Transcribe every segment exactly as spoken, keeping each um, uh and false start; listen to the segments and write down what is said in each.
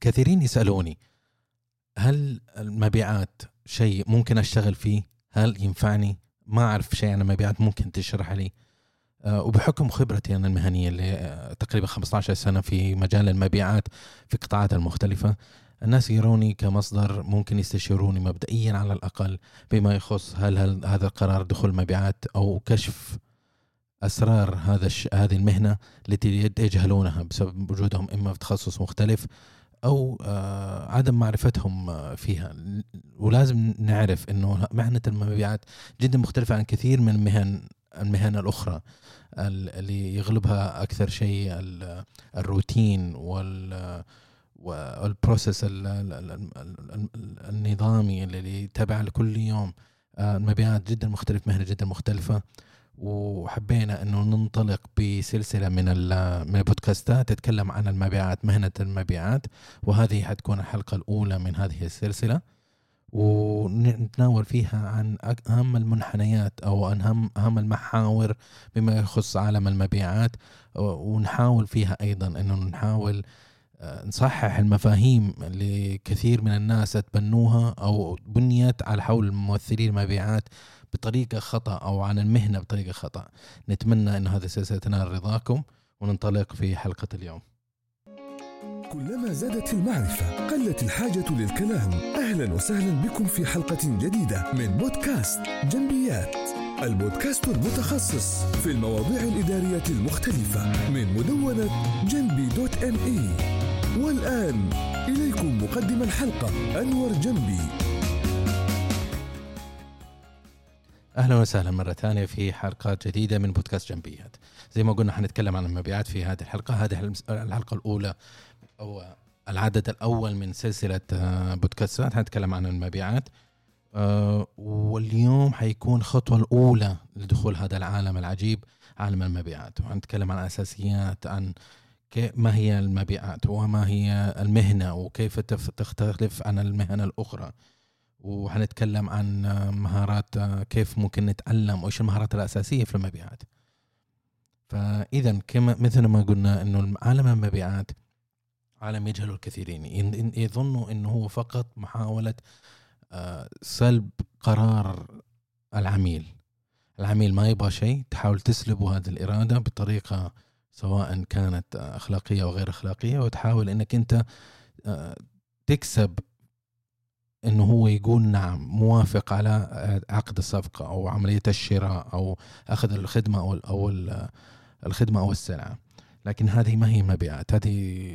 كثيرين يسألوني هل المبيعات شيء ممكن أشتغل فيه؟ هل ينفعني؟ ما أعرف شيء عن المبيعات، ممكن تشرح لي؟ أه وبحكم خبرتي أنا المهنية اللي تقريبا خمسة عشر سنة في مجال المبيعات في قطاعات المختلفة، الناس يروني كمصدر ممكن يستشيروني مبدئيا على الأقل بما يخص هل, هل هذا القرار دخول مبيعات أو كشف أسرار هذا الش... هذه المهنة التي يجهلونها بسبب وجودهم إما في تخصص مختلف أو آه عدم معرفتهم فيها. ولازم نعرف إنه مهنة المبيعات جدا مختلفة عن كثير من المهن المهن الأخرى اللي يغلبها أكثر شيء الروتين وال والبروسيس النظامي اللي يتبع لكل يوم. المبيعات جدا مختلف، مهنة جدا مختلفة، وحبينا انه ننطلق بسلسلة من من البودكاستات تتكلم عن المبيعات، مهنة المبيعات، وهذه حتكون الحلقة الأولى من هذه السلسلة، ونتناول فيها عن أهم المنحنيات أو أهم أهم المحاور بما يخص عالم المبيعات، ونحاول فيها أيضا أنه نحاول نصحح المفاهيم اللي كثير من الناس تبنوها أو بنيت على حول ممثلين المبيعات بطريقة خطأ أو عن المهنة بطريقة خطأ. نتمنى أن هذه السلسلة تنال رضاكم، وننطلق في حلقة اليوم. كلما زادت المعرفة قلت الحاجة للكلام. أهلا وسهلا بكم في حلقة جديدة من بودكاست جنبيات، البودكاست المتخصص في المواضيع الإدارية المختلفة من مدونة جنبي دوت ام اي. والآن إليكم مقدم الحلقة أنور جنبي. أهلا وسهلا مرة ثانية في حلقات جديدة من بودكاست جنبيات. زي ما قلنا حنتكلم عن المبيعات في هذه الحلقة. هذه الحلقة الأولى أو العدد الأول من سلسلة بودكاستات حنتكلم عن المبيعات، واليوم حيكون خطوة الأولى لدخول هذا العالم العجيب، عالم المبيعات. وحنتكلم عن أساسيات، عن ما هي المبيعات وما هي المهنة وكيف تختلف عن المهن الأخرى، وحنتكلم عن مهارات كيف ممكن نتعلم وإيش المهارات الأساسية في المبيعات. فإذا كما مثل ما قلنا إنه عالم المبيعات عالم يجهله الكثيرين، يظنوا إنه هو فقط محاولة سلب قرار العميل. العميل ما يبغى شيء، تحاول تسلبه هذه الإرادة بطريقة سواء كانت أخلاقية أو غير أخلاقية، وتحاول إنك أنت تكسب إنه هو يقول نعم موافق على عقد الصفقة أو عملية الشراء أو أخذ الخدمة أو أو الخدمة أو السلعة. لكن هذه ما هي مبيعات، هذه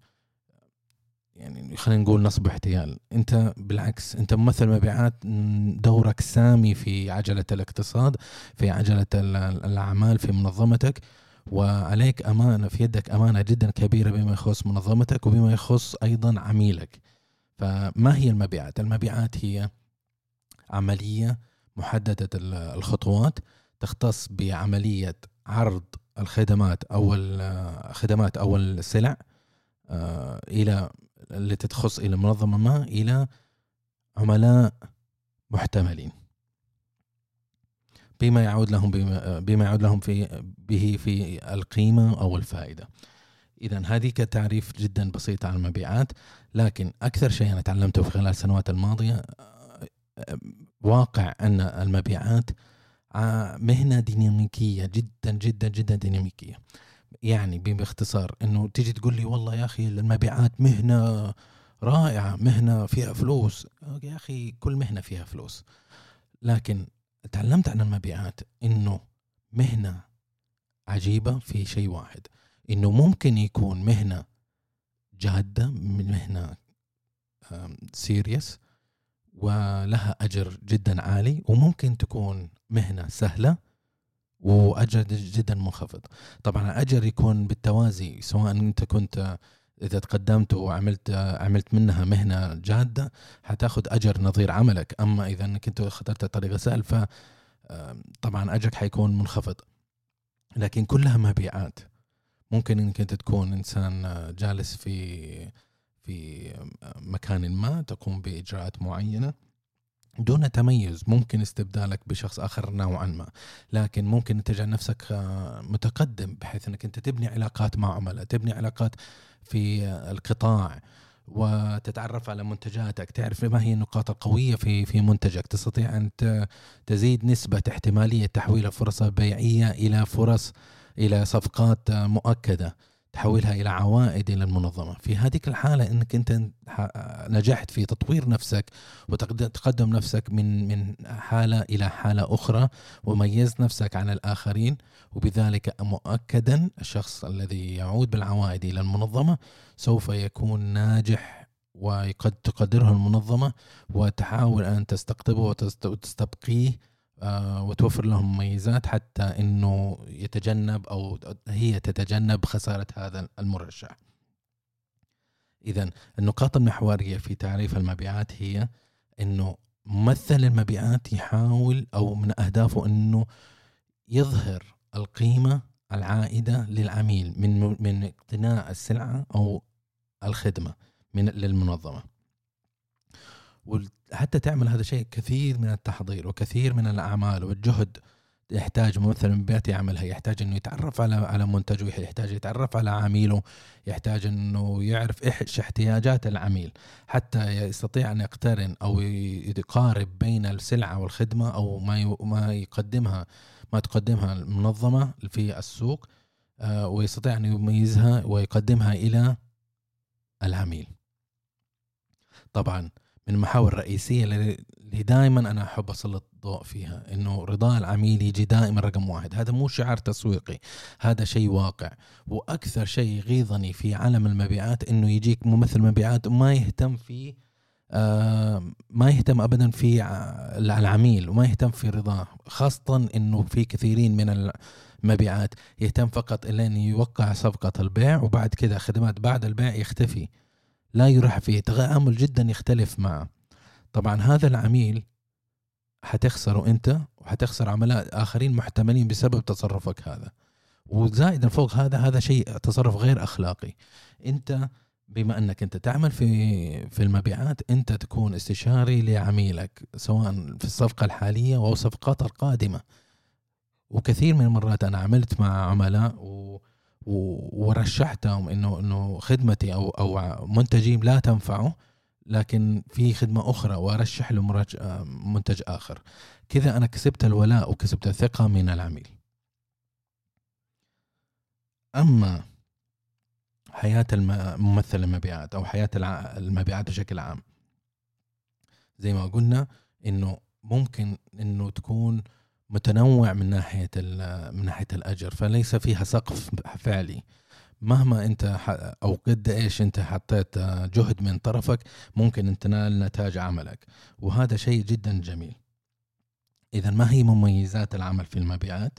يعني خلينا نقول نصب احتيال. أنت بالعكس، أنت ممثل مبيعات، دورك سامي في عجلة الاقتصاد، في عجلة الأعمال في منظمتك، وعليك أمانة، في يدك أمانة جدا كبيرة بما يخص منظمتك وبما يخص أيضا عميلك. فما هي المبيعات؟ المبيعات هي عملية محددة الخطوات تختص بعملية عرض الخدمات أو الخدمات أو السلع إلى اللي تتخص إلى منظمة ما إلى عملاء محتملين، بما يعود لهم بما, بما يعود لهم في به في القيمة أو الفائدة. إذن هذه كتعريف جدا بسيط عن المبيعات. لكن أكثر شيء أنا تعلمته في خلال السنوات الماضية واقع أن المبيعات مهنة ديناميكية جدا جدا جدا ديناميكية. يعني باختصار إنه تيجي تقول لي والله يا أخي المبيعات مهنة رائعة، مهنة فيها فلوس. يا أخي كل مهنة فيها فلوس، لكن تعلمت عن المبيعات إنه مهنة عجيبة في شيء واحد، إنه ممكن يكون مهنة جادة، من مهنة سيريس ولها أجر جدا عالي، وممكن تكون مهنة سهلة وأجر جدا منخفض. طبعا أجر يكون بالتوازي، سواء أنت كنت إذا تقدمت وعملت عملت منها مهنة جادة هتاخد أجر نظير عملك، أما إذا أنك أنت اخترت طريقة سهل فطبعا أجرك حيكون منخفض. لكن كلها مبيعات. ممكن أنك أنت تكون إنسان جالس في في مكان ما تقوم بإجراءات معينة دون تميز، ممكن استبدالك بشخص آخر نوعا ما، لكن ممكن تجعل نفسك متقدم بحيث أنك أنت تبني علاقات مع عملاء، تبني علاقات في القطاع، وتتعرف على منتجاتك، تعرف ما هي النقاط القوية في في منتجك، تستطيع أن تزيد نسبة احتمالية تحويل فرص بيعية إلى فرص إلى صفقات مؤكدة، تحولها إلى عوائد إلى المنظمة. في هذه الحالة أنك أنت نجحت في تطوير نفسك وتقدم نفسك من من حالة إلى حالة أخرى، وميزت نفسك عن الآخرين، وبذلك مؤكدا الشخص الذي يعود بالعوائد إلى المنظمة سوف يكون ناجح، وقد تقدره المنظمة وتحاول أن تستقطبه وتستبقيه وتوفر لهم مميزات حتى أنه يتجنب أو هي تتجنب خسارة هذا المرشح. إذن النقاط المحورية في تعريف المبيعات هي أنه ممثل المبيعات يحاول أو من أهدافه أنه يظهر القيمة العائدة للعميل من من اقتناء السلعة أو الخدمة من للمنظمة. وحتى تعمل هذا الشيء كثير من التحضير وكثير من الأعمال والجهد يحتاج ممثل المبيعات يعملها. يحتاج إنه يتعرف على على منتجه، يحتاج يتعرف على عميله، يحتاج إنه يعرف إيش احتياجات العميل حتى يستطيع أن يقترن أو يقارب بين السلعة والخدمة أو ما ما يقدمها ما تقدمها المنظمة في السوق، ويستطيع أن يميزها ويقدمها إلى العميل. طبعا من المحاور الرئيسية اللي دائما أنا أحب أسلط الضوء فيها إنه رضاء العميل يجي دائما رقم واحد. هذا مو شعار تسويقي، هذا شيء واقع. وأكثر شيء يغيظني في عالم المبيعات إنه يجيك ممثل مبيعات وما يهتم في آه ما يهتم أبدا في العميل وما يهتم في رضاه، خاصة إنه في كثيرين من المبيعات يهتم فقط إلا أن يوقع صفقة البيع وبعد كده خدمات بعد البيع يختفي، لا يروح فيه تعامل جدا يختلف معه. طبعا هذا العميل حتخسره أنت وحتخسر عملاء آخرين محتملين بسبب تصرفك هذا. وزائدا فوق هذا هذا شيء تصرف غير أخلاقي. أنت بما أنك أنت تعمل في في المبيعات أنت تكون استشاري لعميلك سواء في الصفقة الحالية أو الصفقات القادمة. وكثير من المرات أنا عملت مع عملاء و ورشحتهم إنه إنه خدمتي أو أو منتجي لا تنفعه، لكن في خدمة أخرى وأرشح له منتج آخر. كذا أنا كسبت الولاء وكسبت الثقة من العميل. أما حياة الممثل المبيعات أو حياة المبيعات بشكل عام، زي ما قلنا إنه ممكن إنه تكون متنوع من ناحية من ناحية الأجر، فليس فيها سقف فعلي. مهما أنت أو قد إيش أنت حطيت جهد من طرفك ممكن أن تنال نتاج عملك، وهذا شيء جدا جميل. إذا ما هي مميزات العمل في المبيعات؟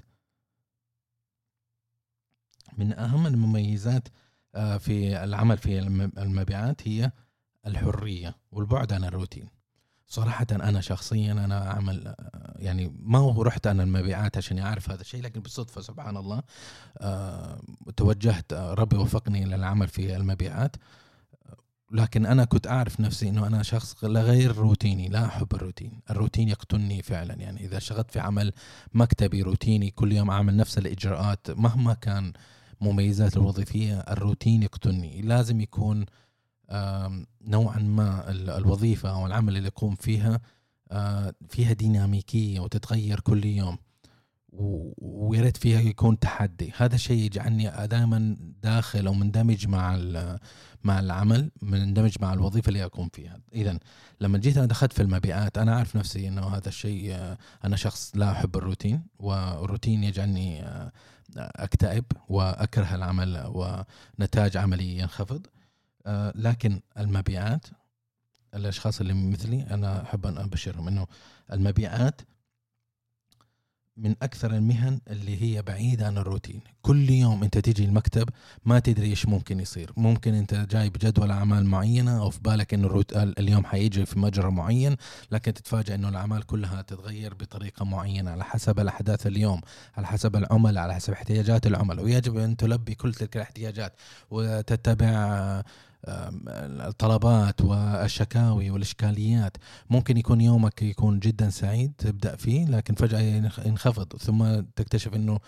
من أهم المميزات في العمل في المبيعات هي الحرية والبعد عن الروتين. صراحة أنا شخصيا أنا أعمل يعني ما هو رحت أنا المبيعات عشان أعرف هذا الشيء، لكن بالصدفة سبحان الله أه توجهت، ربي وفقني للعمل في المبيعات. لكن أنا كنت أعرف نفسي إنه أنا شخص غير روتيني، لا أحب الروتين. الروتين يقتلني فعلا. يعني إذا اشتغلت في عمل مكتبي روتيني كل يوم أعمل نفس الإجراءات مهما كان مميزات الوظيفية، الروتين يقتلني. لازم يكون نوعا ما الوظيفة أو العمل اللي يقوم فيها فيها ديناميكية وتتغير كل يوم، ويريد فيها يكون تحدي. هذا الشيء يجعلني دائما داخل أو مندمج مع مع العمل، مندمج مع الوظيفة اللي أقوم فيها. إذن لما جيت أنا دخلت في المبيعات أنا أعرف نفسي إنه هذا الشيء أنا شخص لا أحب الروتين، والروتين يجعلني أكتئب وأكره العمل ونتاج عملي ينخفض. لكن المبيعات الأشخاص اللي مثلي أنا أحب أن أبشرهم إنه المبيعات من أكثر المهن اللي هي بعيدة عن الروتين. كل يوم أنت تيجي المكتب ما تدري إيش ممكن يصير. ممكن أنت جاي بجدول أعمال معينة أو في بالك إنه اليوم حيجي في مجرى معين، لكن تتفاجأ إنه الأعمال كلها تتغير بطريقة معينة على حسب الأحداث اليوم، على حسب العملاء، على حسب احتياجات العملاء، ويجب أن تلبي كل تلك الاحتياجات وتتبع الطلبات والشكاوي والإشكاليات. ممكن يكون يومك يكون جدا سعيد تبدأ فيه، لكن فجأة ينخفض، ثم تكتشف أنه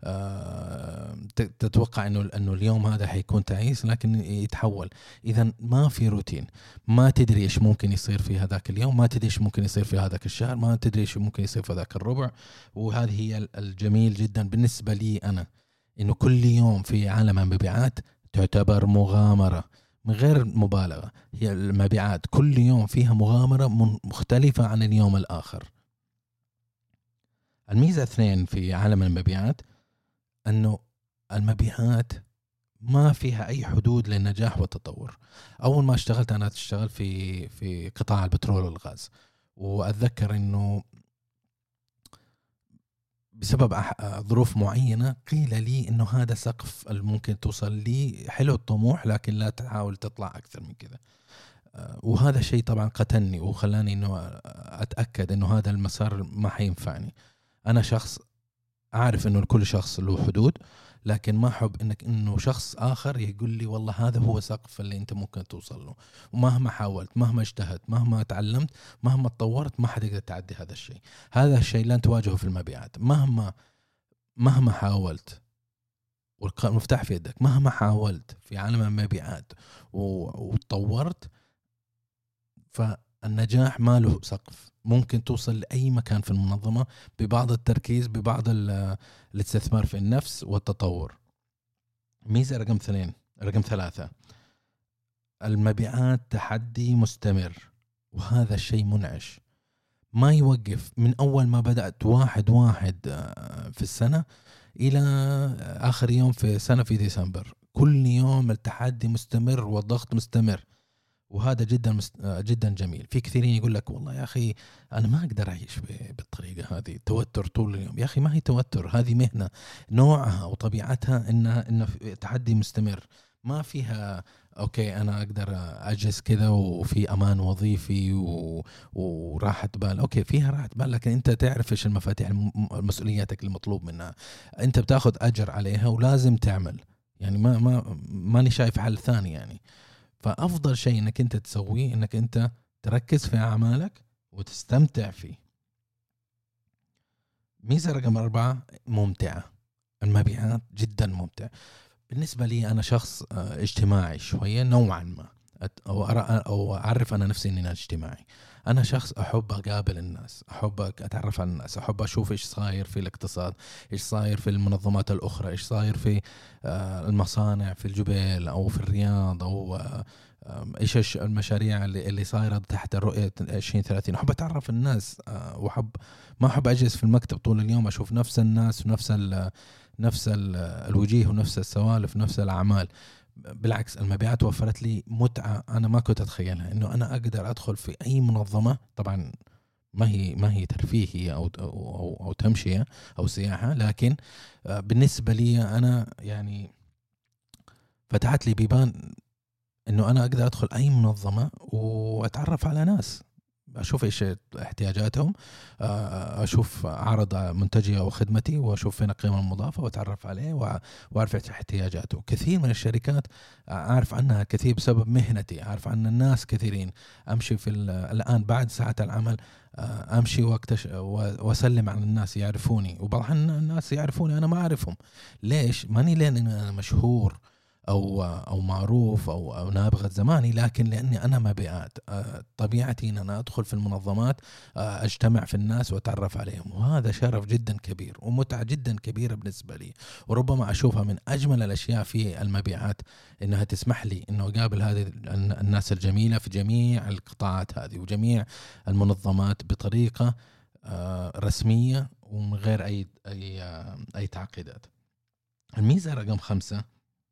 تتوقع أنه أنه اليوم هذا حيكون تعيس لكن يتحول. إذا ما في روتين، ما تدري إيش ممكن يصير في هذاك اليوم، ما تدري إيش ممكن يصير في هذاك الشهر، ما تدري إيش ممكن يصير في هذاك الربع. وهذه هي الجميل جدا بالنسبة لي أنا، إنه كل يوم في عالم المبيعات تعتبر مغامرة من غير مبالغة. هي المبيعات كل يوم فيها مغامرة مختلفة عن اليوم الآخر. الميزة اثنين في عالم المبيعات أنه المبيعات ما فيها أي حدود للنجاح والتطور. أول ما اشتغلت أنا اشتغل في في قطاع البترول والغاز، وأتذكر أنه بسبب ظروف معينة قيل لي إنه هذا سقف الممكن توصل لي، حلو الطموح لكن لا تحاول تطلع أكثر من كذا. وهذا الشيء طبعا قتلني وخلاني إنه أتأكد إنه هذا المسار ما حينفعني. أنا شخص أعرف إنه لكل شخص له حدود، لكن ما أحب إنك إنه شخص آخر يقول لي والله هذا هو سقف اللي أنت ممكن توصل له. ومهما حاولت، مهما اجتهدت، مهما تعلمت، مهما تطورت، ما حتقدر تعدي هذا الشيء. هذا الشيء لن تواجهه في المبيعات. مهما مهما حاولت، والمفتاح في يدك، مهما حاولت في عالم المبيعات وتطورت، فالنجاح ما له سقف. ممكن توصل لأي مكان في المنظمة ببعض التركيز، ببعض الاستثمار في النفس والتطور. ميزة رقم اثنين رقم ثلاثة المبيعات تحدي مستمر، وهذا الشيء منعش ما يوقف. من أول ما بدأت واحد واحد في السنة إلى آخر يوم في سنة في ديسمبر، كل يوم التحدي مستمر والضغط مستمر، وهذا جدا جدا جميل. في كثيرين يقول لك والله يا أخي أنا ما أقدر أعيش بالطريقة هذه، توتر طول اليوم. يا أخي ما هي توتر، هذه مهنة نوعها وطبيعتها إنها إنه تحدي مستمر، ما فيها أوكي أنا أقدر أجلس كذا وفي أمان وظيفي و... وراحة بال. أوكي فيها راحة بال، لكن أنت تعرف إيش المفاتيح مسؤولياتك المطلوب منها، أنت بتاخذ أجر عليها ولازم تعمل. يعني ما ما ماني شايف حل ثاني يعني. فأفضل شيء إنك أنت تسويه إنك أنت تركز في أعمالك وتستمتع فيه. ميزة رقم أربعة ممتعة. المبيعات جدا ممتع بالنسبة لي. أنا شخص اجتماعي شوية نوعا ما، أو أو أعرف أنا نفسي إني اجتماعي. أنا شخص أحب أقابل الناس، أحب أتعرف على الناس، أحب أشوف إيش صاير في الاقتصاد، إيش صاير في المنظمات الأخرى، إيش صاير في المصانع في الجبال أو في الرياض، أو إيش المشاريع اللي اللي صايرة تحت الرؤية عشرين ثلاثين. أحب أتعرف الناس، وأحب ما أحب أجلس في المكتب طول اليوم أشوف نفس الناس ونفس ال نفس الوجيه ونفس السوالف ونفس الأعمال. بالعكس المبيعات وفرت لي متعة أنا ما كنت أتخيلها، إنه أنا أقدر أدخل في أي منظمة. طبعا ما هي ما هي ترفيهية أو أو أو تمشية أو سياحة، لكن بالنسبة لي أنا يعني فتحت لي بيبان إنه أنا أقدر أدخل أي منظمة وأتعرف على ناس، أشوف إيش احتياجاتهم، أشوف عرض منتجي أو خدمتي، وأشوف فين القيمة المضافة وأتعرف عليه وأعرف احتياجاته. كثير من الشركات أعرف عنها كثير بسبب مهنتي، أعرف عن الناس كثيرين. أمشي في الآن بعد ساعة العمل أمشي واكتش وأسلم على الناس يعرفوني، وبعض الناس يعرفوني أنا ما أعرفهم. ليش؟ ماني لأن أنا مشهور أو أو معروف أو أو نابغة زماني، لكن لأني أنا مبيعات، طبيعتي إن أنا أدخل في المنظمات، أجتمع في الناس وأتعرف عليهم، وهذا شرف جدا كبير ومتعة جدا كبيرة بالنسبة لي. وربما أشوفها من أجمل الأشياء في المبيعات، إنها تسمح لي إنه أقابل هذه الناس الجميلة في جميع القطاعات هذه وجميع المنظمات بطريقة رسمية ومن غير أي أي أي تعقيدات. الميزة رقم خمسة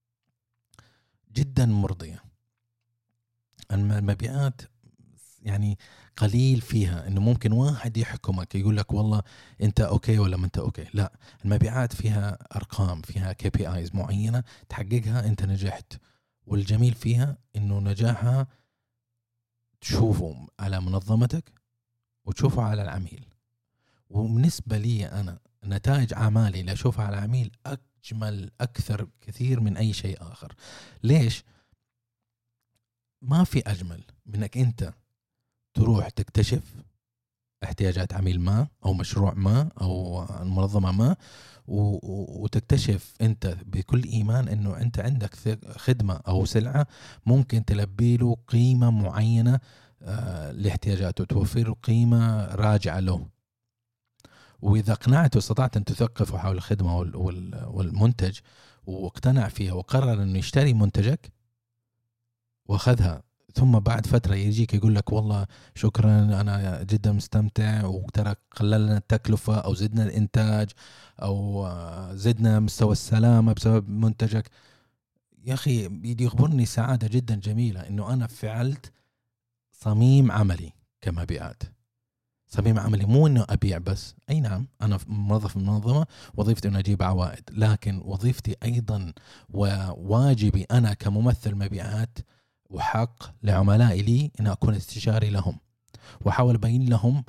جدا مرضية. المبيعات يعني قليل فيها انه ممكن واحد يحكمك يقول لك والله انت اوكي ولا ما انت اوكي. لا، المبيعات فيها ارقام، فيها كي بي ايز معينة تحققها انت نجحت. والجميل فيها انه نجاحها تشوفه على منظمتك وتشوفه على العميل. وبالنسبة لي انا نتائج اعمالي اللي اشوفها على العميل أجمل أكثر كثير من أي شيء آخر. ليش؟ ما في أجمل منك أنت تروح تكتشف احتياجات عميل ما أو مشروع ما أو منظمة ما، وتكتشف أنت بكل إيمان أنه أنت عندك خدمة أو سلعة ممكن تلبي له قيمة معينة آه لاحتياجاته، توفر له قيمة راجعة له. وإذا قنعت واستطعت أن تثقفه حول الخدمة والمنتج واقتنع فيها وقرر أنه يشتري منتجك وأخذها، ثم بعد فترة يجيك يقول لك والله شكرا أنا جدا مستمتع وترى قللنا التكلفة أو زدنا الإنتاج أو زدنا مستوى السلامة بسبب منتجك، يا أخي بيدي يخبرني سعادة جدا جميلة إنه أنا فعلت صميم عملي كمبيعات. صميم عملي مو إنه أبيع بس، أي نعم أنا موظف المنظمة وظيفتي إنه أجيب عوائد، لكن وظيفتي أيضا وواجبي أنا كممثل مبيعات وحق لعملائي لي إن أكون استشاري لهم، وحاول أبين لهم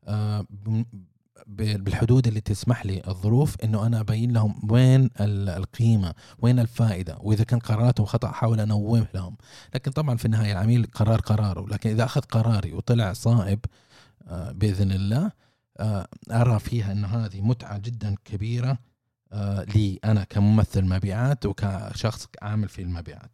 بالحدود اللي تسمح لي الظروف إنه أنا أبين لهم وين القيمة وين الفائدة، وإذا كان قراراتهم خطأ أحاول أنوه لهم. لكن طبعا في النهاية العميل قرار قراره، لكن إذا أخذ قراري وطلع صائب بإذن الله أرى فيها أن هذه متعة جدا كبيرة لي أنا كممثل مبيعات وكشخص عامل في المبيعات.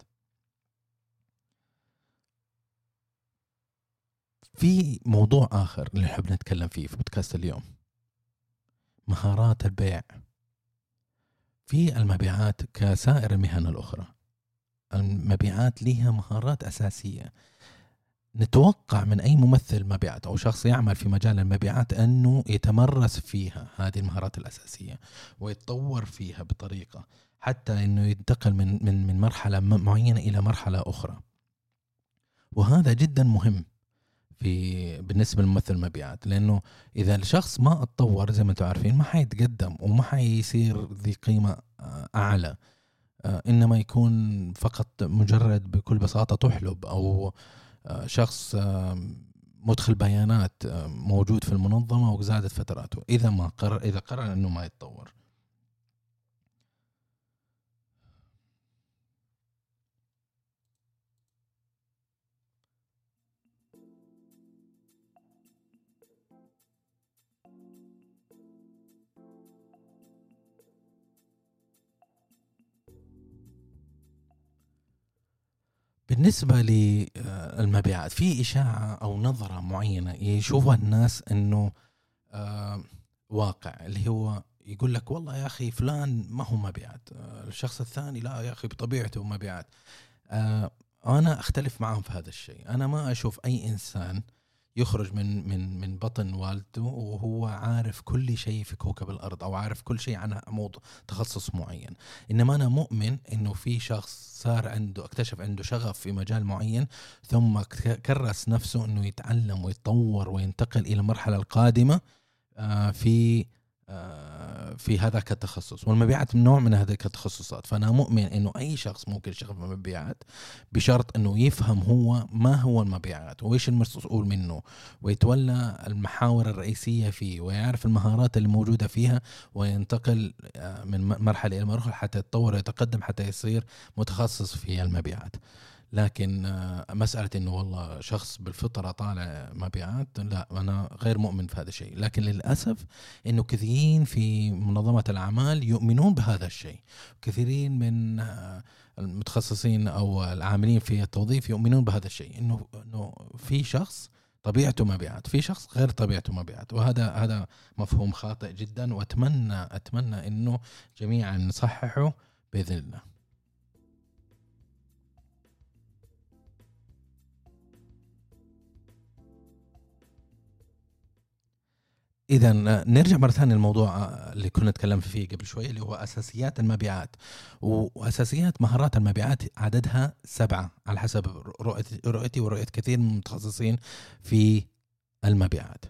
في موضوع آخر اللي نحب نتكلم فيه في بودكاست اليوم، مهارات البيع في المبيعات. كسائر المهن الأخرى المبيعات لها مهارات أساسية نتوقع من أي ممثل مبيعات أو شخص يعمل في مجال المبيعات أنه يتمرس فيها هذه المهارات الأساسية ويتطور فيها بطريقة حتى أنه ينتقل من من من مرحلة معينة إلى مرحلة أخرى. وهذا جدا مهم في بالنسبة للممثل المبيعات، لأنه إذا الشخص ما اتطور زي ما انتم عارفين ما حيتقدم وما حيصير ذي قيمة أعلى، إنما يكون فقط مجرد بكل بساطة تحلب أو شخص مدخل بيانات موجود في المنظمة وزادت فتراته إذا ما قرر إذا قرر إنه ما يتطور. بالنسبة للمبيعات في إشاعة أو نظرة معينة يشوفها الناس أنه آه واقع، اللي هو يقول لك والله يا أخي فلان ما هو مبيعات، آه الشخص الثاني لا يا أخي بطبيعته مبيعات. آه أنا أختلف معهم في هذا الشيء. أنا ما أشوف أي إنسان يخرج من من من بطن والدته وهو عارف كل شيء في كوكب الأرض أو عارف كل شيء عن موضوع تخصص معين. إنما أنا مؤمن إنه في شخص صار عنده اكتشف عنده شغف في مجال معين ثم كرس نفسه إنه يتعلم ويتطور وينتقل إلى المرحلة القادمة في في هذاك التخصص. والمبيعات من نوع من هذيك التخصصات. فأنا مؤمن إنه أي شخص ممكن يشتغل في المبيعات بشرط إنه يفهم هو ما هو المبيعات وإيش المسؤول منه ويتولى المحاور الرئيسية فيه ويعرف المهارات اللي موجودة فيها وينتقل من مرحلة إلى مرحلة حتى يتطور ويتقدم حتى يصير متخصص في المبيعات. لكن مسألة إنه والله شخص بالفطرة طالع مبيعات، لا أنا غير مؤمن في هذا الشيء. لكن للأسف إنه كثيرين في منظمة الأعمال يؤمنون بهذا الشيء، كثيرين من المتخصصين أو العاملين في التوظيف يؤمنون بهذا الشيء، إنه إنه في شخص طبيعته مبيعات، في شخص غير طبيعته مبيعات. وهذا هذا مفهوم خاطئ جدا، وأتمنى أتمنى إنه جميعا نصححه بإذن الله. إذا نرجع مرة ثانية للموضوع اللي كنا نتكلم فيه قبل شوي، اللي هو أساسيات المبيعات. وأساسيات مهارات المبيعات عددها سبعة على حسب رؤيتي ورؤية كثير من المتخصصين في المبيعات.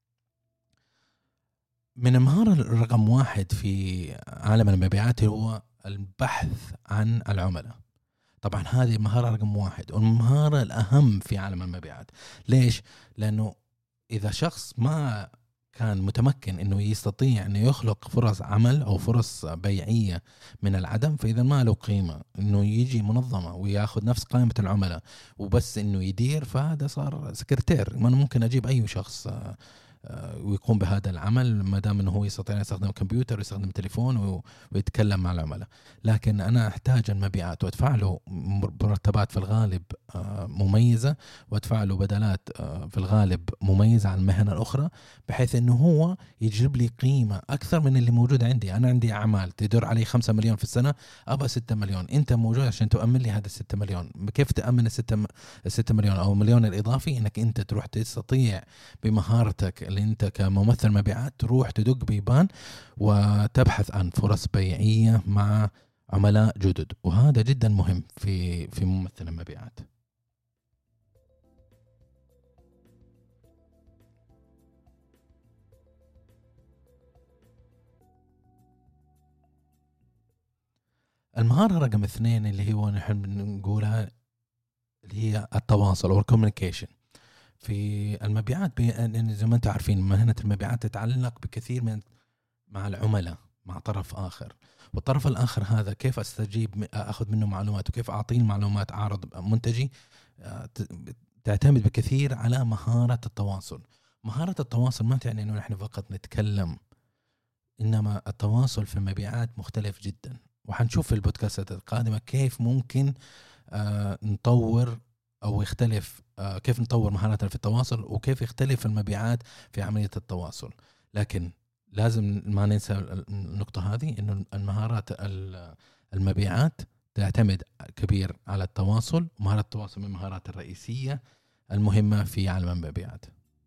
من المهارة الرقم واحد في عالم المبيعات هو البحث عن العملاء. طبعا هذه المهارة رقم واحد والمهارة الأهم في عالم المبيعات. ليش؟ لأنه إذا شخص ما كان متمكن إنه يستطيع إنه يخلق فرص عمل أو فرص بيعية من العدم، فإذا ما له قيمة إنه يجي منظمة ويأخذ نفس قائمة العملاء وبس إنه يدير، فهذا صار سكرتير. ما أنا ممكن أجيب أي شخص ويقوم بهذا العمل ما دام انه هو يستطيع يستخدم كمبيوتر ويستخدم تليفون ويتكلم مع العملاء. لكن انا احتاج المبيعات وادفع له مرتبات في الغالب مميزه، وادفع له بدلات في الغالب مميزه عن المهن الاخرى، بحيث انه هو يجيب لي قيمه اكثر من اللي موجود عندي. انا عندي اعمال تدور علي خمسة مليون في السنه، ابى ستة مليون، انت موجود عشان تؤمن لي هذا الستة مليون. كيف تامن الستة الستة مليون او مليون الاضافي؟ انك انت تروح تستطيع بمهارتك اللي انت كممثل مبيعات تروح تدق بيبان وتبحث عن فرص بيعية مع عملاء جدد، وهذا جدا مهم في في ممثل المبيعات. المهارة رقم اثنين اللي هو نحن بنقولها اللي هي التواصل أو الكوميونيكيشن في المبيعات. زي ما انتم عارفين مهنة المبيعات تتعلق بكثير من مع العملاء، مع طرف آخر، والطرف الآخر هذا كيف أستجيب أخذ منه معلومات وكيف أعطيه المعلومات أعرض منتجي، تعتمد بكثير على مهارة التواصل. مهارة التواصل ما تعني أنه نحن فقط نتكلم، إنما التواصل في المبيعات مختلف جدا، وحنشوف في البودكاستات القادمة كيف ممكن آه نطور أو يختلف آه كيف نطور مهاراتنا في التواصل، وكيف يختلف المبيعات في عملية التواصل. لكن لازم ما ننسى النقطة هذه، إنه المهارات المبيعات تعتمد كبير على التواصل، ومهارة التواصل من المهارات الرئيسية المهمة في عالم المبيعات.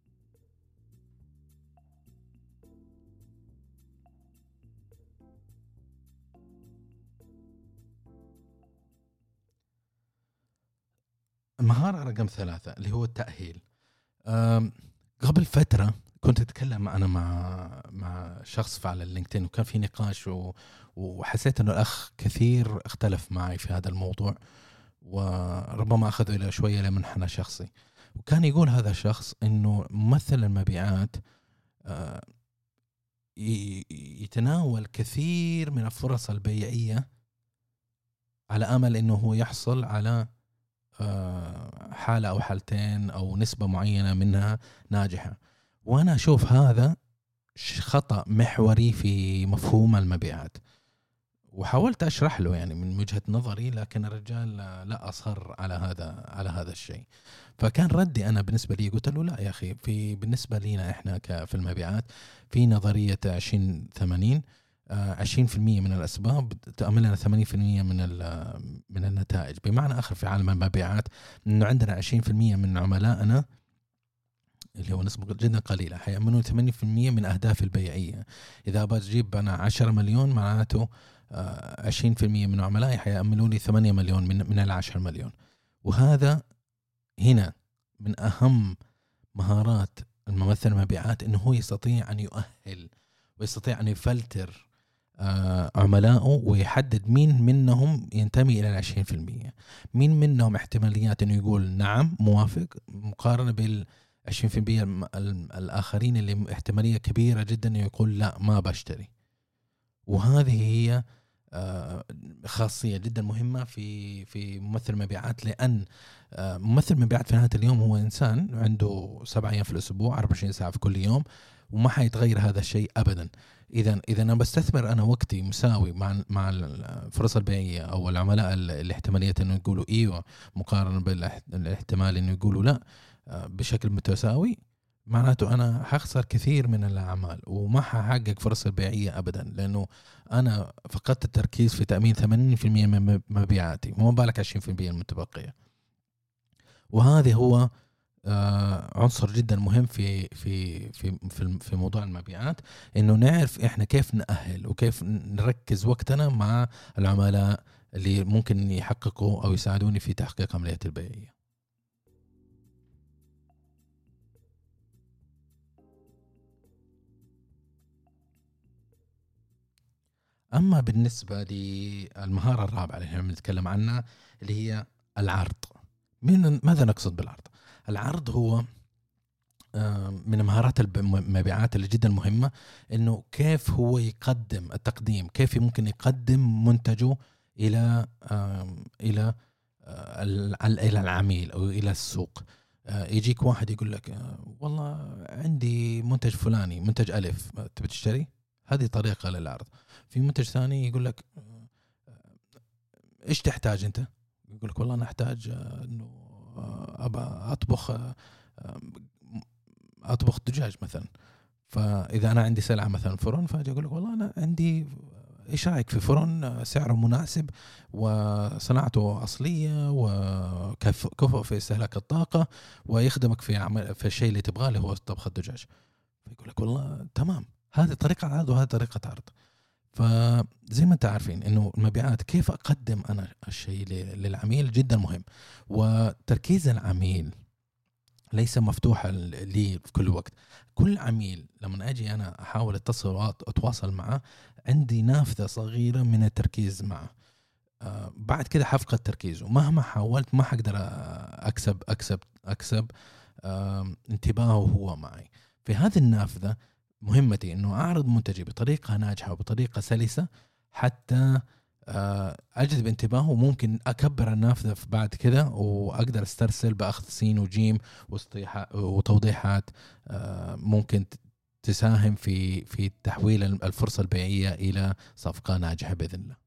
المهارة رقم ثلاثة اللي هو التأهيل. قبل فترة كنت أتكلم أنا مع مع شخص على اللينكدين، وكان في نقاش و... وحسيت إنه الأخ كثير اختلف معي في هذا الموضوع، وربما أخذ إلى شوية لمنحنى شخصي. وكان يقول هذا الشخص إنه ممثل المبيعات يتناول كثير من الفرص البيعية على أمل إنه هو يحصل على حالة أو حالتين أو نسبة معينة منها ناجحة. وأنا أشوف هذا خطأ محوري في مفهوم المبيعات، وحاولت أشرح له يعني من وجهة نظري، لكن الرجال لا أصر على هذا على هذا الشيء. فكان ردي أنا بالنسبة لي قلت له لا يا أخي، في بالنسبة لنا إحنا في المبيعات في نظرية عشرين ثمانين، عشرين في المية من الأسباب تأمل لنا ثمانين في المية من من النتائج. بمعنى آخر في عالم المبيعات إنه عندنا عشرين في المية من عملائنا اللي هو نسبة جدا قليلة حيأمنون ثمانين في المية من أهداف البيعية. إذا بجيب أنا عشرة مليون معناته عشرين في المية من عملائي حيأمنون لي ثمانية مليون من من العشرة مليون. وهذا هنا من أهم مهارات الممثل المبيعات، إنه هو يستطيع أن يؤهل ويستطيع أن يفلتر عملائه ويحدد مين منهم ينتمي إلى العشرين في المية، مين منهم احتماليات أنه يقول نعم موافق، مقارنة بالعشرين في المية الآخرين اللي احتمالية كبيرة جدا أنه يقول لا ما بشتري. وهذه هي خاصية جدا مهمة في في ممثل مبيعات، لأن ممثل مبيعات في نهاية اليوم هو إنسان عنده سبعة أيام في الأسبوع، أربعة وعشرين ساعة في كل يوم، وما حيتغير هذا الشيء أبدا. إذا إذا أنا بستثمر أنا وقتي مساوي مع مع الفرص البيعية أو العملاء الاحتمالية إنه يقولوا إيوه مقارنة بالاحتمال إنه يقولوا لا بشكل متساوي، معناته أنا هخسر كثير من الأعمال وما هحقق فرص البيعية أبدا، لأنه أنا فقدت التركيز في تأمين ثمانين في المية من مبيعاتي، وما بالك عشرين في المية المتبقية. وهذا هو عنصر جدا مهم في في في في في موضوع المبيعات، إنه نعرف إحنا كيف نأهل وكيف نركز وقتنا مع العملاء اللي ممكن يحققوا أو يساعدوني في تحقيق عملية البيعية. أما بالنسبة للمهارة الرابعة اللي احنا بنتكلم عنها اللي هي العرض. من ماذا نقصد بالعرض؟ العرض هو من مهارات المبيعات اللي جدا مهمة، إنه كيف هو يقدم التقديم، كيف ممكن يقدم منتجه إلى إلى إلى العميل أو إلى السوق. يجيك واحد يقول لك والله عندي منتج فلاني، منتج ألف، تبي تشتري؟ هذه طريقة للعرض. في منتج ثاني يقول لك إيش تحتاج أنت؟ يقول لك والله أنا أحتاج إنه أبى أطبخ أطبخ دجاج مثلا. فإذا أنا عندي سلعة مثلا فرن، فأجي أقول لك والله أنا عندي، إيش رأيك في فرن سعره مناسب وصناعته أصلية وكفء في استهلاك الطاقة ويخدمك في عمل في الشيء اللي تبغاه اللي هو طبخ الدجاج. فيقول لك والله تمام، هذه طريقة عرض وهذه طريقة عرض. فزي ما انت عارفين انه المبيعات كيف اقدم انا الشيء للعميل جدا مهم، وتركيز العميل ليس مفتوحا لي في كل وقت. كل عميل لما اجي انا احاول اتصل واتواصل معه عندي نافذة صغيرة من التركيز معه. آه بعد كده حفقد تركيزه، مهما حاولت ما حقدر اكسب اكسب اكسب آه انتباهه هو معي. في هذه النافذة مهمتي انه اعرض منتجي بطريقة ناجحة وبطريقة سلسة حتى أجذب انتباهه، وممكن أكبر النافذة بعد كده وأقدر استرسل بأخذ سين وجيم وتوضيحات ممكن تساهم في في تحويل الفرصة البيعية إلى صفقة ناجحة بإذن الله.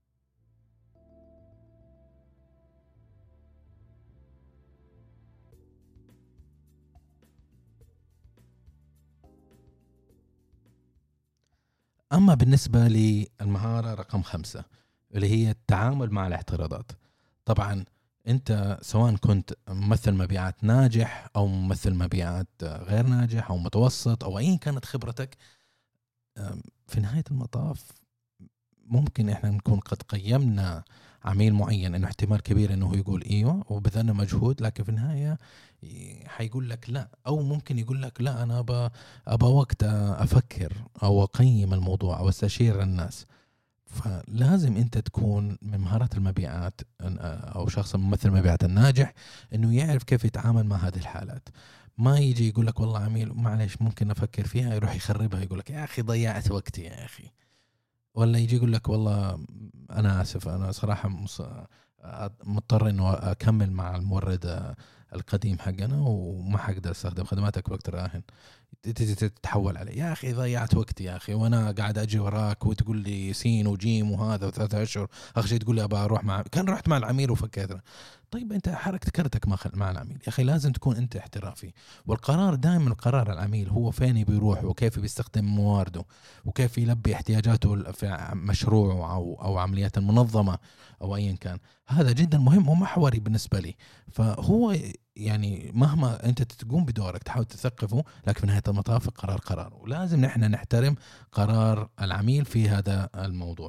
أما بالنسبة للمهارة رقم خمسة اللي هي التعامل مع الاعتراضات، طبعا انت سواء كنت ممثل مبيعات ناجح او ممثل مبيعات غير ناجح او متوسط او اي كانت خبرتك، في نهاية المطاف ممكن احنا نكون قد قيمنا عميل معين انه احتمال كبير انه يقول ايوه وبذلنا مجهود، لكن في النهاية حيقول لك لا، او ممكن يقول لك لا انا ابى ابى وقت افكر او اقيم الموضوع او استشير الناس. فلازم انت تكون من مهارات المبيعات او شخص ممثل مبيعات الناجح انه يعرف كيف يتعامل مع هذه الحالات. ما يجي يقول لك والله عميل معلش ممكن افكر فيها، يروح يخربها يقول لك يا اخي ضيعت وقتي يا اخي. ولا يجي يقول لك والله انا اسف انا صراحة مضطر انه اكمل مع المورد القديم حقنا وما حقدر استخدم خدماتك وقت راهن، تجي تتحول علي يا أخي ضيعت وقتي يا أخي وأنا قاعد أجي وراك وتقول لي سين وجيم وهذا وثلاثة أشهر، آخر شيء تقول لي أبغى أروح مع كان رحت مع العميل وفكيتنا. طيب أنت حركت كرتك مع مع العميل يا أخي، لازم تكون أنت احترافي، والقرار دائما قرار العميل هو فين بيروح وكيف بيستخدم موارده وكيف يلبي احتياجاته في مشروعه أو أو عمليات المنظمة أو أيا كان. هذا جدا مهم ومحوري بالنسبة لي. فهو يعني مهما أنت تقوم بدورك تحاول تثقفه، لكن في نهاية المطاف قرار قرار، ولازم نحن نحترم قرار العميل في هذا الموضوع.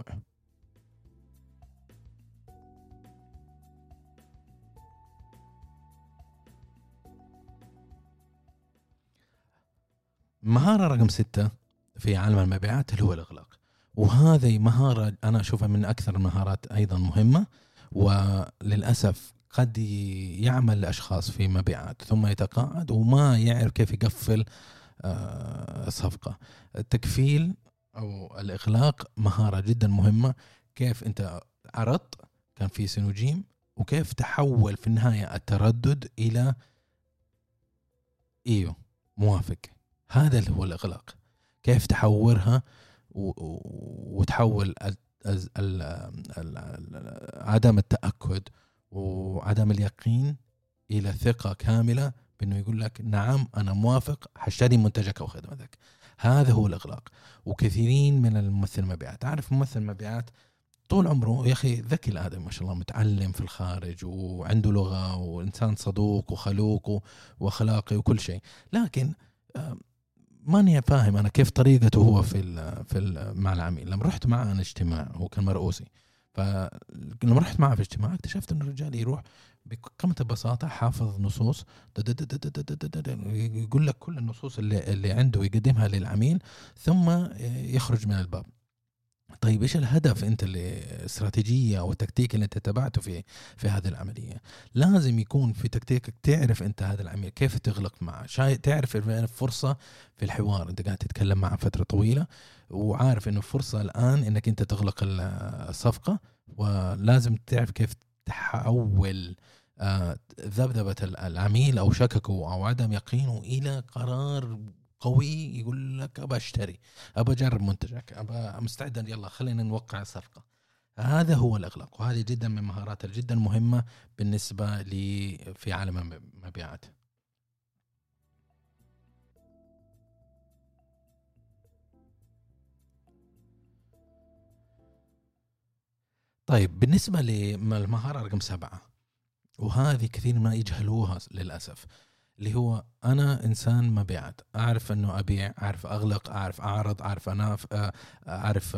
مهارة رقم ستة في عالم المبيعات اللي هو الإغلاق، وهذه مهارة أنا أشوفها من أكثر المهارات أيضا مهمة، وللأسف قد يعمل الأشخاص في مبيعات ثم يتقاعد وما يعرف كيف يقفل صفقة. التكفيل أو الإغلاق مهارة جدا مهمة، كيف أنت عرضت كان في سينوجيم وكيف تحول في النهاية التردد إلى إيوه موافق. هذا اللي هو الإغلاق، كيف تحورها وتحول عدم التأكد وعدم اليقين إلى ثقة كاملة بأنه يقول لك نعم أنا موافق حشتري منتجك أو خدمتك. هذا هو الإغلاق. وكثيرين من الممثل مبيعات، عارف ممثل مبيعات طول عمره يا أخي ذكي الآدم ما شاء الله، متعلم في الخارج وعنده لغة وإنسان صدوق وخلوق وأخلاقي وكل شيء، لكن ماني فاهم أنا كيف طريقته هو في ال في ال مع العميل. لما رحت معه أنا اجتماع هو كان مرؤوسي، فلما رحت معه في اجتماع اكتشفت إن الرجال يروح بقمة البساطة حافظ نصوص يقول لك كل النصوص اللي اللي عنده يقدمها للعميل ثم يخرج من الباب. طيب إيش الهدف أنت الاستراتيجية أو التكتيك اللي أنت تبعته في في هذه العملية؟ لازم يكون في تكتيكك تعرف أنت هذا العميل كيف تغلق معه، شاي تعرف فرصة في الحوار، أنت قاعد تتكلم معه فترة طويلة وعارف إنه فرصة الآن إنك أنت تغلق الصفقة، ولازم تعرف كيف تحول ذبذبة العميل أو شككه أو عدم يقينه إلى قرار قوي يقول لك أبى أشتري، أبى أجرب منتجك، أبى مستعد، يلا خلينا نوقع الصفقة. هذا هو الإغلاق، وهذه جدا من مهارات جدا مهمة بالنسبة لي في عالم المبيعات. طيب بالنسبة للمهارة رقم سبعة، وهذه كثير ما يجهلوها للأسف، اللي هو أنا إنسان مبيعات، أعرف أنه أبيع، أعرف أغلق، أعرف أعرض، أعرف أناف، أعرف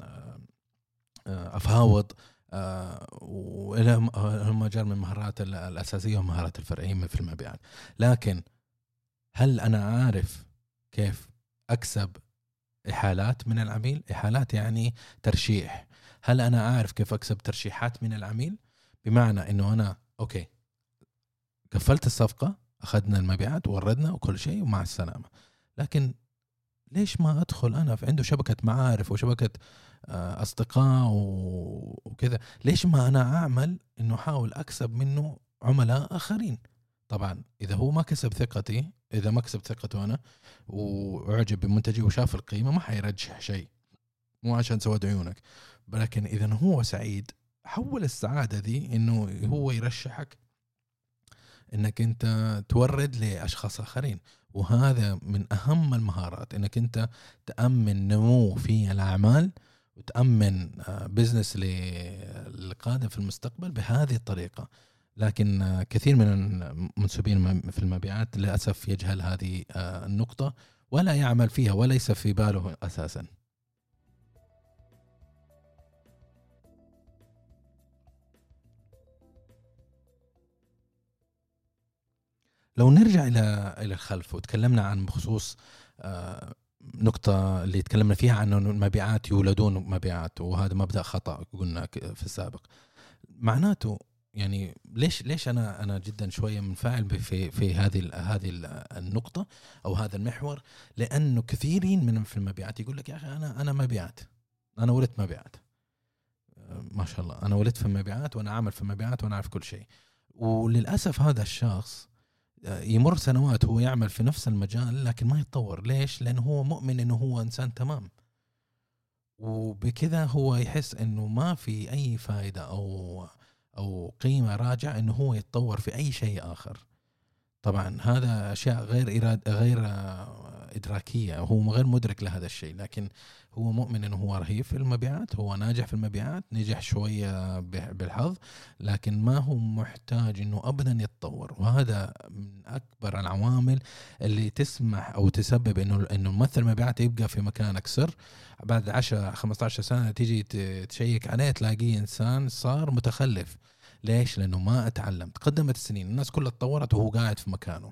أفاوض، وإلى مجال من المهارات الأساسية ومهارات الفرعية في المبيعات. لكن هل أنا عارف كيف أكسب إحالات من العميل؟ إحالات يعني ترشيح. هل أنا عارف كيف أكسب ترشيحات من العميل؟ بمعنى أنه أنا أوكي قفلت الصفقة، أخذنا المبيعات ووردنا وكل شيء ومع السلامة، لكن ليش ما أدخل أنا في عنده شبكة معارف وشبكة أصدقاء وكذا، ليش ما أنا أعمل إنه أحاول أكسب منه عملاء آخرين؟ طبعا إذا هو ما كسب ثقتي، إذا ما كسب ثقته أنا وأعجب بمنتجي وشاف القيمة، ما حيرجح شيء، مو عشان سواد عيونك، لكن إذا هو سعيد، حول السعادة دي إنه هو يرشحك انك انت تورد لاشخاص اخرين. وهذا من اهم المهارات، انك انت تأمن نمو في الاعمال وتأمن بزنس للقادم في المستقبل بهذه الطريقة. لكن كثير من المنسوبين في المبيعات للأسف يجهل هذه النقطة ولا يعمل فيها وليس في باله اساسا. لو نرجع إلى إلى الخلف وتكلمنا عن بخصوص نقطة اللي تكلمنا فيها عن أنه المبيعات يولدون مبيعات، وهذا مبدأ خطأ قلنا في السابق. معناته يعني ليش ليش أنا أنا جدا شوية منفعل في في هذه هذه النقطة أو هذا المحور؟ لأنه كثيرين من في المبيعات يقول لك يا أخي أنا أنا مبيعات، أنا ولدت مبيعات، ما شاء الله أنا ولدت في المبيعات وأنا عامل في المبيعات وأنا أعرف كل شيء. وللأسف هذا الشخص يمر سنوات هو يعمل في نفس المجال لكن ما يتطور. ليش؟ لأنه هو مؤمن أنه هو إنسان تمام، وبكذا هو يحس أنه ما في أي فائدة أو أو قيمة راجع أنه هو يتطور في أي شيء آخر. طبعا هذا أشياء غير إراد غير إدراكية، هو غير مدرك لهذا الشيء، لكن هو مؤمن أنه هو رهيب في المبيعات، هو ناجح في المبيعات، نجح شوية بالحظ، لكن ما هو محتاج أنه أبدا يتطور. وهذا من أكبر العوامل اللي تسمح أو تسبب أنه أنه ممثل مبيعات يبقى في مكانك سر، بعد عشرة خمسة عشر سنة تيجي تشيك عليه تلاقيه إنسان صار متخلف. ليش؟ لأنه ما أتعلم. تقدمت السنين، الناس كلها تطورت وهو قاعد في مكانه.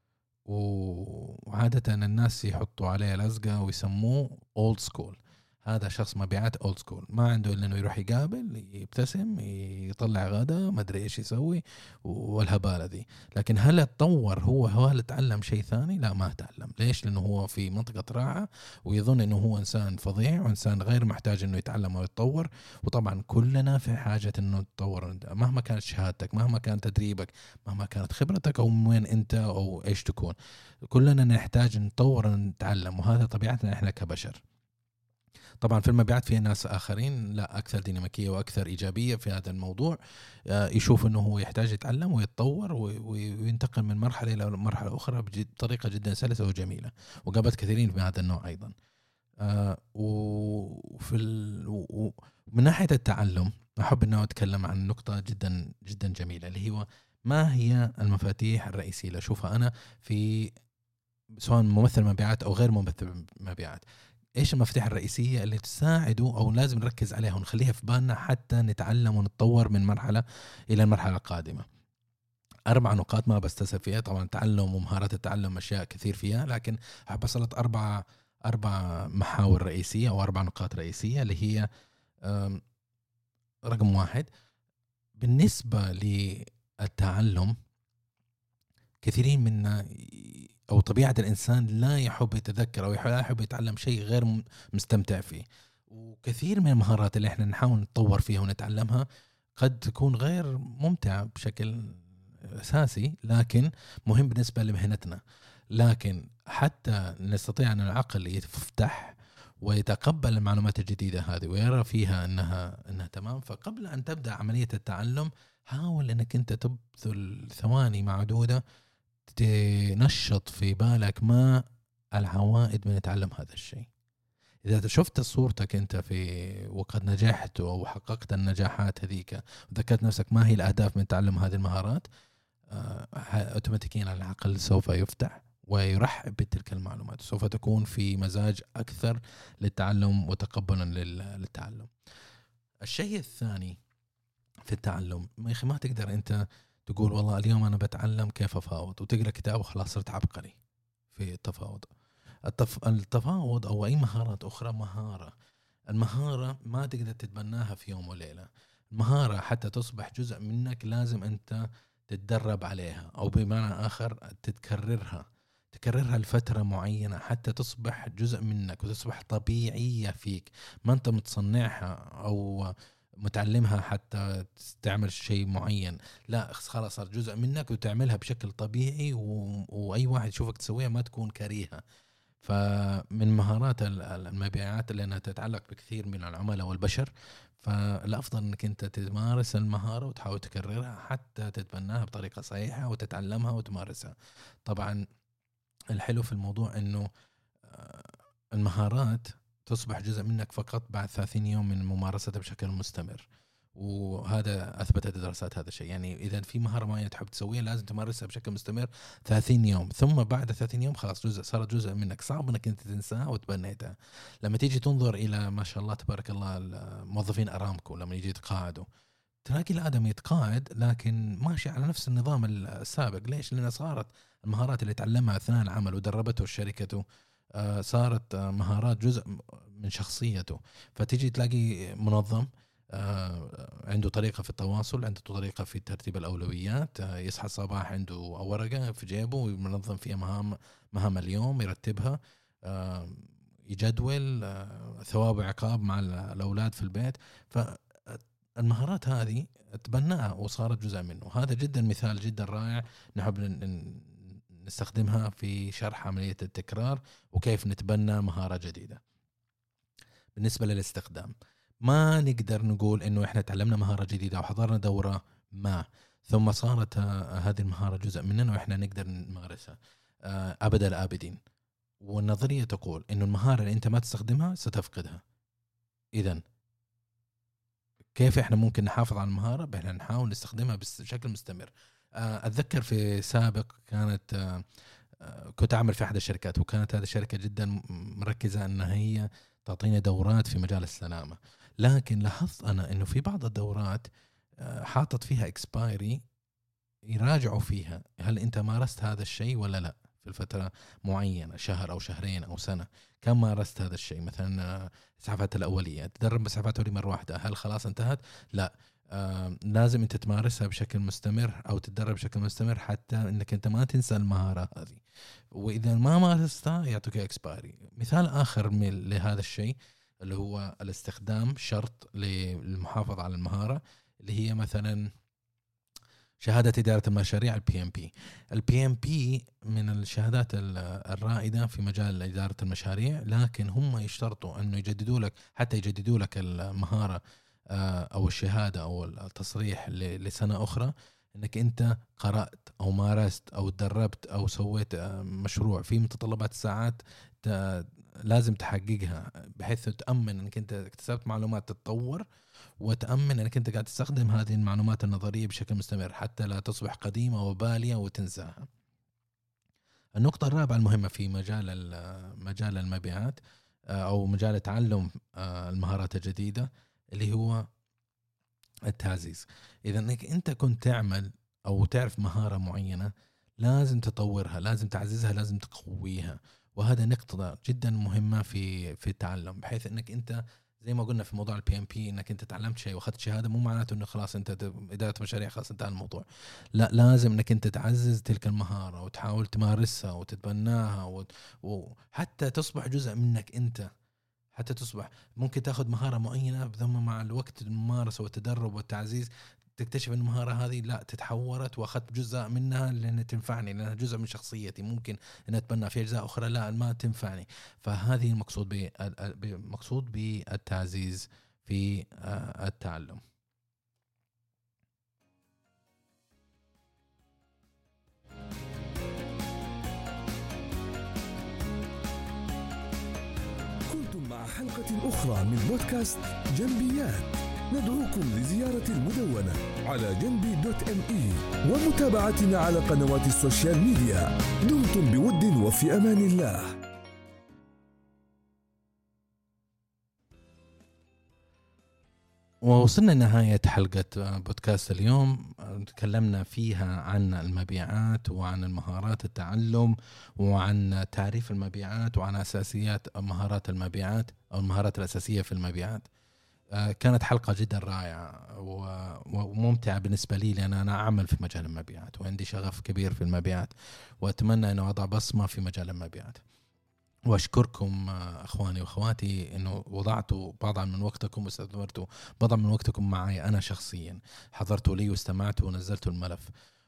وعادة الناس يحطوا عليه لزقة ويسموه old school. هذا شخص مبيعات old school، ما عنده إلا إنه يروح يقابل، يبتسم، يطلع غدا، ما أدري إيش يسوي والهبالة دي. لكن هل اتطور هو؟ هل اتعلم شيء ثاني؟ لا، ما اتعلم. ليش؟ لأنه هو في منطقة راحة ويظن إنه هو إنسان فظيع وإنسان غير محتاج إنه يتعلم ويتطور. وطبعا كلنا في حاجة إنه نتطور، مهما كانت شهادتك، مهما كان تدريبك، مهما كانت خبرتك أو من وين أنت أو إيش تكون، كلنا نحتاج نتطور ونتعلم، وهذا طبيعتنا إحنا كبشر. طبعا في المبيعات في ناس آخرين لا أكثر ديناميكية وأكثر إيجابية في هذا الموضوع، يشوف أنه هو يحتاج يتعلم ويتطور وينتقل من مرحلة إلى مرحلة أخرى بطريقة جدا سلسة وجميلة. وقابلت كثيرين من هذا النوع أيضا. وفي من ناحية التعلم أحب أنه أتكلم عن نقطة جدا جدا جميلة، اللي هو ما هي المفاتيح الرئيسية اللي أشوفها أنا في سواء ممثل مبيعات أو غير ممثل مبيعات. إيش المفاتيح الرئيسية اللي تساعده أو لازم نركز عليها ونخليها في بالنا حتى نتعلم ونتطور من مرحلة إلى المرحلة القادمة؟ أربع نقاط ما بستسف فيها. طبعا تعلم ومهارات التعلم أشياء كثير فيها، لكن أحب أسلط أربعة أربع محاور رئيسية أو أربع نقاط رئيسية، اللي هي رقم واحد، بالنسبة للتعلم كثيرين منا أو طبيعة الإنسان لا يحب يتذكر أو لا يحب يتعلم شيء غير مستمتع فيه، وكثير من المهارات اللي احنا نحاول نتطور فيها ونتعلمها قد تكون غير ممتعة بشكل أساسي، لكن مهم بالنسبة لمهنتنا. لكن حتى نستطيع أن العقل يفتح ويتقبل المعلومات الجديدة هذه ويرى فيها أنها, أنها تمام، فقبل أن تبدأ عملية التعلم حاول أنك أنت تبذل ثواني معدودة تنشط في بالك ما العوائد من تعلم هذا الشيء. إذا شفت صورتك أنت في وقد نجحت أو حققت النجاحات هذيك وذكرت نفسك ما هي الأهداف من تعلم هذه المهارات، أوتوماتيكيا العقل سوف يفتح ويرحب بتلك المعلومات، سوف تكون في مزاج أكثر للتعلم وتقبلا للتعلم. الشيء الثاني في التعلم، ما يخي ما تقدر أنت تقول والله اليوم أنا بتعلم كيف أفاوض وتقرأ كتاب وخلاص صرت عبقري في التفاوض. التف... التفاوض أو أي مهارات أخرى مهارة، المهارة ما تقدر تتبناها في يوم وليلة. المهارة حتى تصبح جزء منك لازم أنت تتدرب عليها، أو بمعنى آخر تتكررها تكررها لفترة معينة حتى تصبح جزء منك وتصبح طبيعية فيك، ما أنت متصنعها أو متعلمها حتى تعمل شيء معين، لا خلاص صار جزء منك وتعملها بشكل طبيعي، و... وأي واحد يشوفك تسويها ما تكون كريهة. فمن مهارات المبيعات اللي أنها تتعلق بكثير من العملاء والبشر، فالأفضل أنك أنت تمارس المهارة وتحاول تكررها حتى تتبناها بطريقة صحيحة وتتعلمها وتمارسها. طبعا الحلو في الموضوع أنه المهارات تصبح جزء منك فقط بعد ثلاثين يوم من ممارستها بشكل مستمر، وهذا أثبتت الدراسات هذا الشيء. يعني إذا في مهارة معينة تحب تسويها لازم تمارسها بشكل مستمر ثلاثين يوم، ثم بعد ثلاثين يوم خلاص جزء صارت جزء منك، صعب أنك أنت تنساها وتبنيتها. لما تيجي تنظر إلى ما شاء الله تبارك الله الموظفين أرامكو لما يجي يتقاعدوا، تلاقي الآدم يتقاعد لكن ماشي على نفس النظام السابق. ليش؟ لأن صارت المهارات اللي تعلمها أثناء العمل ودربته شركته صارت مهارات جزء من شخصيته. فتيجي تلاقي منظم عنده طريقة في التواصل، عنده طريقة في ترتيب الأولويات، يصحى الصباح عنده ورقة في جيبه وينظم فيها مهام مهام اليوم، يرتبها، يجدول ثواب وعقاب مع الأولاد في البيت. فالمهارات هذه تبناها وصارت جزء منه. هذا جدا مثال جدا رائع نحب نستخدمها في شرح عملية التكرار وكيف نتبنى مهارة جديدة. بالنسبة للاستخدام، ما نقدر نقول إنه إحنا تعلمنا مهارة جديدة أو حضرنا دورة ما ثم صارت هذه المهارة جزء مننا وإحنا نقدر نمارسها أبد الآبدين. والنظرية تقول إنه المهارة اللي أنت ما تستخدمها ستفقدها. إذن كيف إحنا ممكن نحافظ على المهارة؟ بإحنا نحاول نستخدمها بشكل مستمر. أتذكر في سابق كانت كنت أعمل في أحد الشركات، وكانت هذه الشركة جدا مركزة أن هي تعطينا دورات في مجال السلامة، لكن لاحظت أنا أنه في بعض الدورات حاطت فيها إكسبايري يراجعوا فيها هل أنت مارست هذا الشيء ولا لا في الفترة معينة، شهر أو شهرين أو سنة، كم مارست هذا الشيء. مثلا إسعافات الأولية، تدرب إسعافات أولية مرة واحدة، هل خلاص انتهت؟ لا، آه لازم أنت تمارسها بشكل مستمر أو تتدرب بشكل مستمر حتى أنك أنت ما تنسى المهارة هذه، وإذا ما مارستها يعطوك إكسبايري. مثال آخر من لهذا الشيء اللي هو الاستخدام شرط للمحافظة على المهارة، اللي هي مثلا شهادة إدارة المشاريع البي إم بي. البي إم بي من الشهادات الرائدة في مجال إدارة المشاريع، لكن هم يشترطوا أنه يجددوا لك حتى يجددوا لك المهارة أو الشهادة أو التصريح لسنة أخرى أنك أنت قرأت أو مارست أو تدربت أو سويت مشروع في متطلبات الساعات لازم تحققها، بحيث تأمن أنك أنت اكتسبت معلومات تتطور، وتأمن أنك أنت قاعد تستخدم هذه المعلومات النظرية بشكل مستمر حتى لا تصبح قديمة وبالية وتنساها. النقطة الرابعة المهمة في مجال مجال المبيعات أو مجال تعلم المهارات الجديدة اللي هو التعزيز. إذا أنك أنت كنت تعمل أو تعرف مهارة معينة لازم تطورها، لازم تعززها، لازم تقويها. وهذا نقطة جدا مهمة في في التعلم، بحيث انك انت زي ما قلنا في موضوع البي ام بي، انك انت تعلمت شيء واخذت شهادة مو معناته انه خلاص انت ادارة مشاريع خلاص انتهى الموضوع. لا، لازم انك انت تعزز تلك المهارة وتحاول تمارسها وتتبناها وحتى تصبح جزء منك انت، حتى تصبح ممكن تاخذ مهارة معينة ثم مع الوقت الممارسة والتدرب والتعزيز تكتشف ان المهارة هذه لا تتحورت واخذت جزء منها لأنها تنفعني، لأنها جزء من شخصيتي، ممكن ان اتبنى في اجزاء اخرى لا ما تنفعني. فهذه المقصود بمقصود بالتعزيز في التعلم. كنتم مع حلقة أخرى من بودكاست جنبيات. ندعوكم لزيارة المدونة على جنبي دوت ام اي ومتابعتنا على قنوات السوشيال ميديا. دمتم بود وفي أمان الله. ووصلنا لنهاية حلقة بودكاست اليوم. تكلمنا فيها عن المبيعات وعن المهارات التعلم وعن تعريف المبيعات وعن أساسيات مهارات المبيعات أو المهارات الأساسية في المبيعات. كانت حلقة جدا رائعة وممتعة بالنسبة لي، لأن أنا أعمل في مجال المبيعات وعندي شغف كبير في المبيعات، وأتمنى أن أضع بصمة في مجال المبيعات. وأشكركم أخواني وأخواتي أنه وضعتوا بعضا من وقتكم واستثمرتوا بعضا من وقتكم معي أنا شخصيا، حضرتوا لي واستمعتوا ونزلتوا الملف،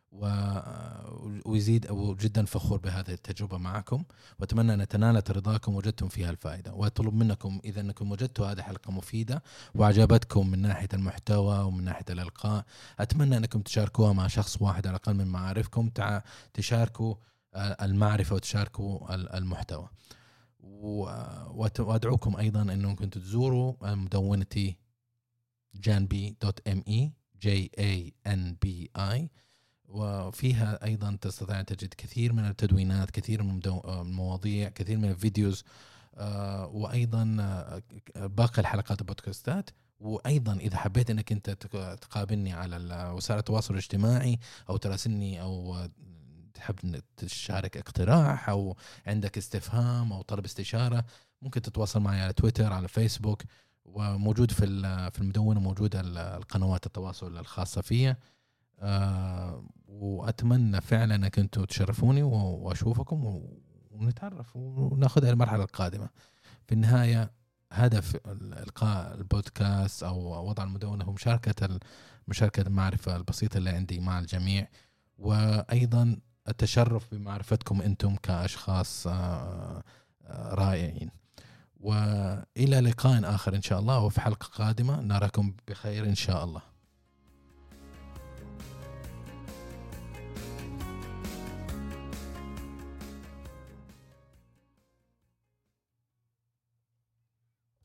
ويزيد وجدا فخور بهذه التجربة معكم، وأتمنى أن تنالت رضاكم وجدتم فيها الفائدة. وأطلب منكم إذا أنكم وجدتوا هذه الحلقة مفيدة وعجبتكم من ناحية المحتوى ومن ناحية الإلقاء، أتمنى أنكم تشاركوها مع شخص واحد على الأقل من معارفكم، تشاركوا المعرفة وتشاركوا المحتوى. وأدعوكم أيضا أنكم تزوروا مدونتي جانبي دوت ام اي جي اي ان بي اي، وفيها أيضا تستطيع أن تجد كثير من التدوينات، كثير من المواضيع، كثير من الفيديوز، وأيضا باقي الحلقات البودكاستات. وأيضا إذا حبيت أنك أنت تقابلني على وسائل التواصل الاجتماعي أو تراسلني أو تحب تشارك اقتراح أو عندك استفهام أو طلب استشارة، ممكن تتواصل معي على تويتر، على فيسبوك، وموجود في في المدونة موجودة القنوات التواصل الخاصة فيها. أه وأتمنى فعلا أنك أنتوا تشرفوني وأشوفكم ونتعرف ونأخذها المرحلة القادمة. في النهاية هدف إلقاء البودكاست أو وضع المدونة هو مشاركة مشاركة المعرفة البسيطة اللي عندي مع الجميع، وأيضا التشرف بمعرفتكم أنتم كأشخاص رائعين. وإلى لقاء آخر إن شاء الله، وفي حلقة قادمة نراكم بخير إن شاء الله.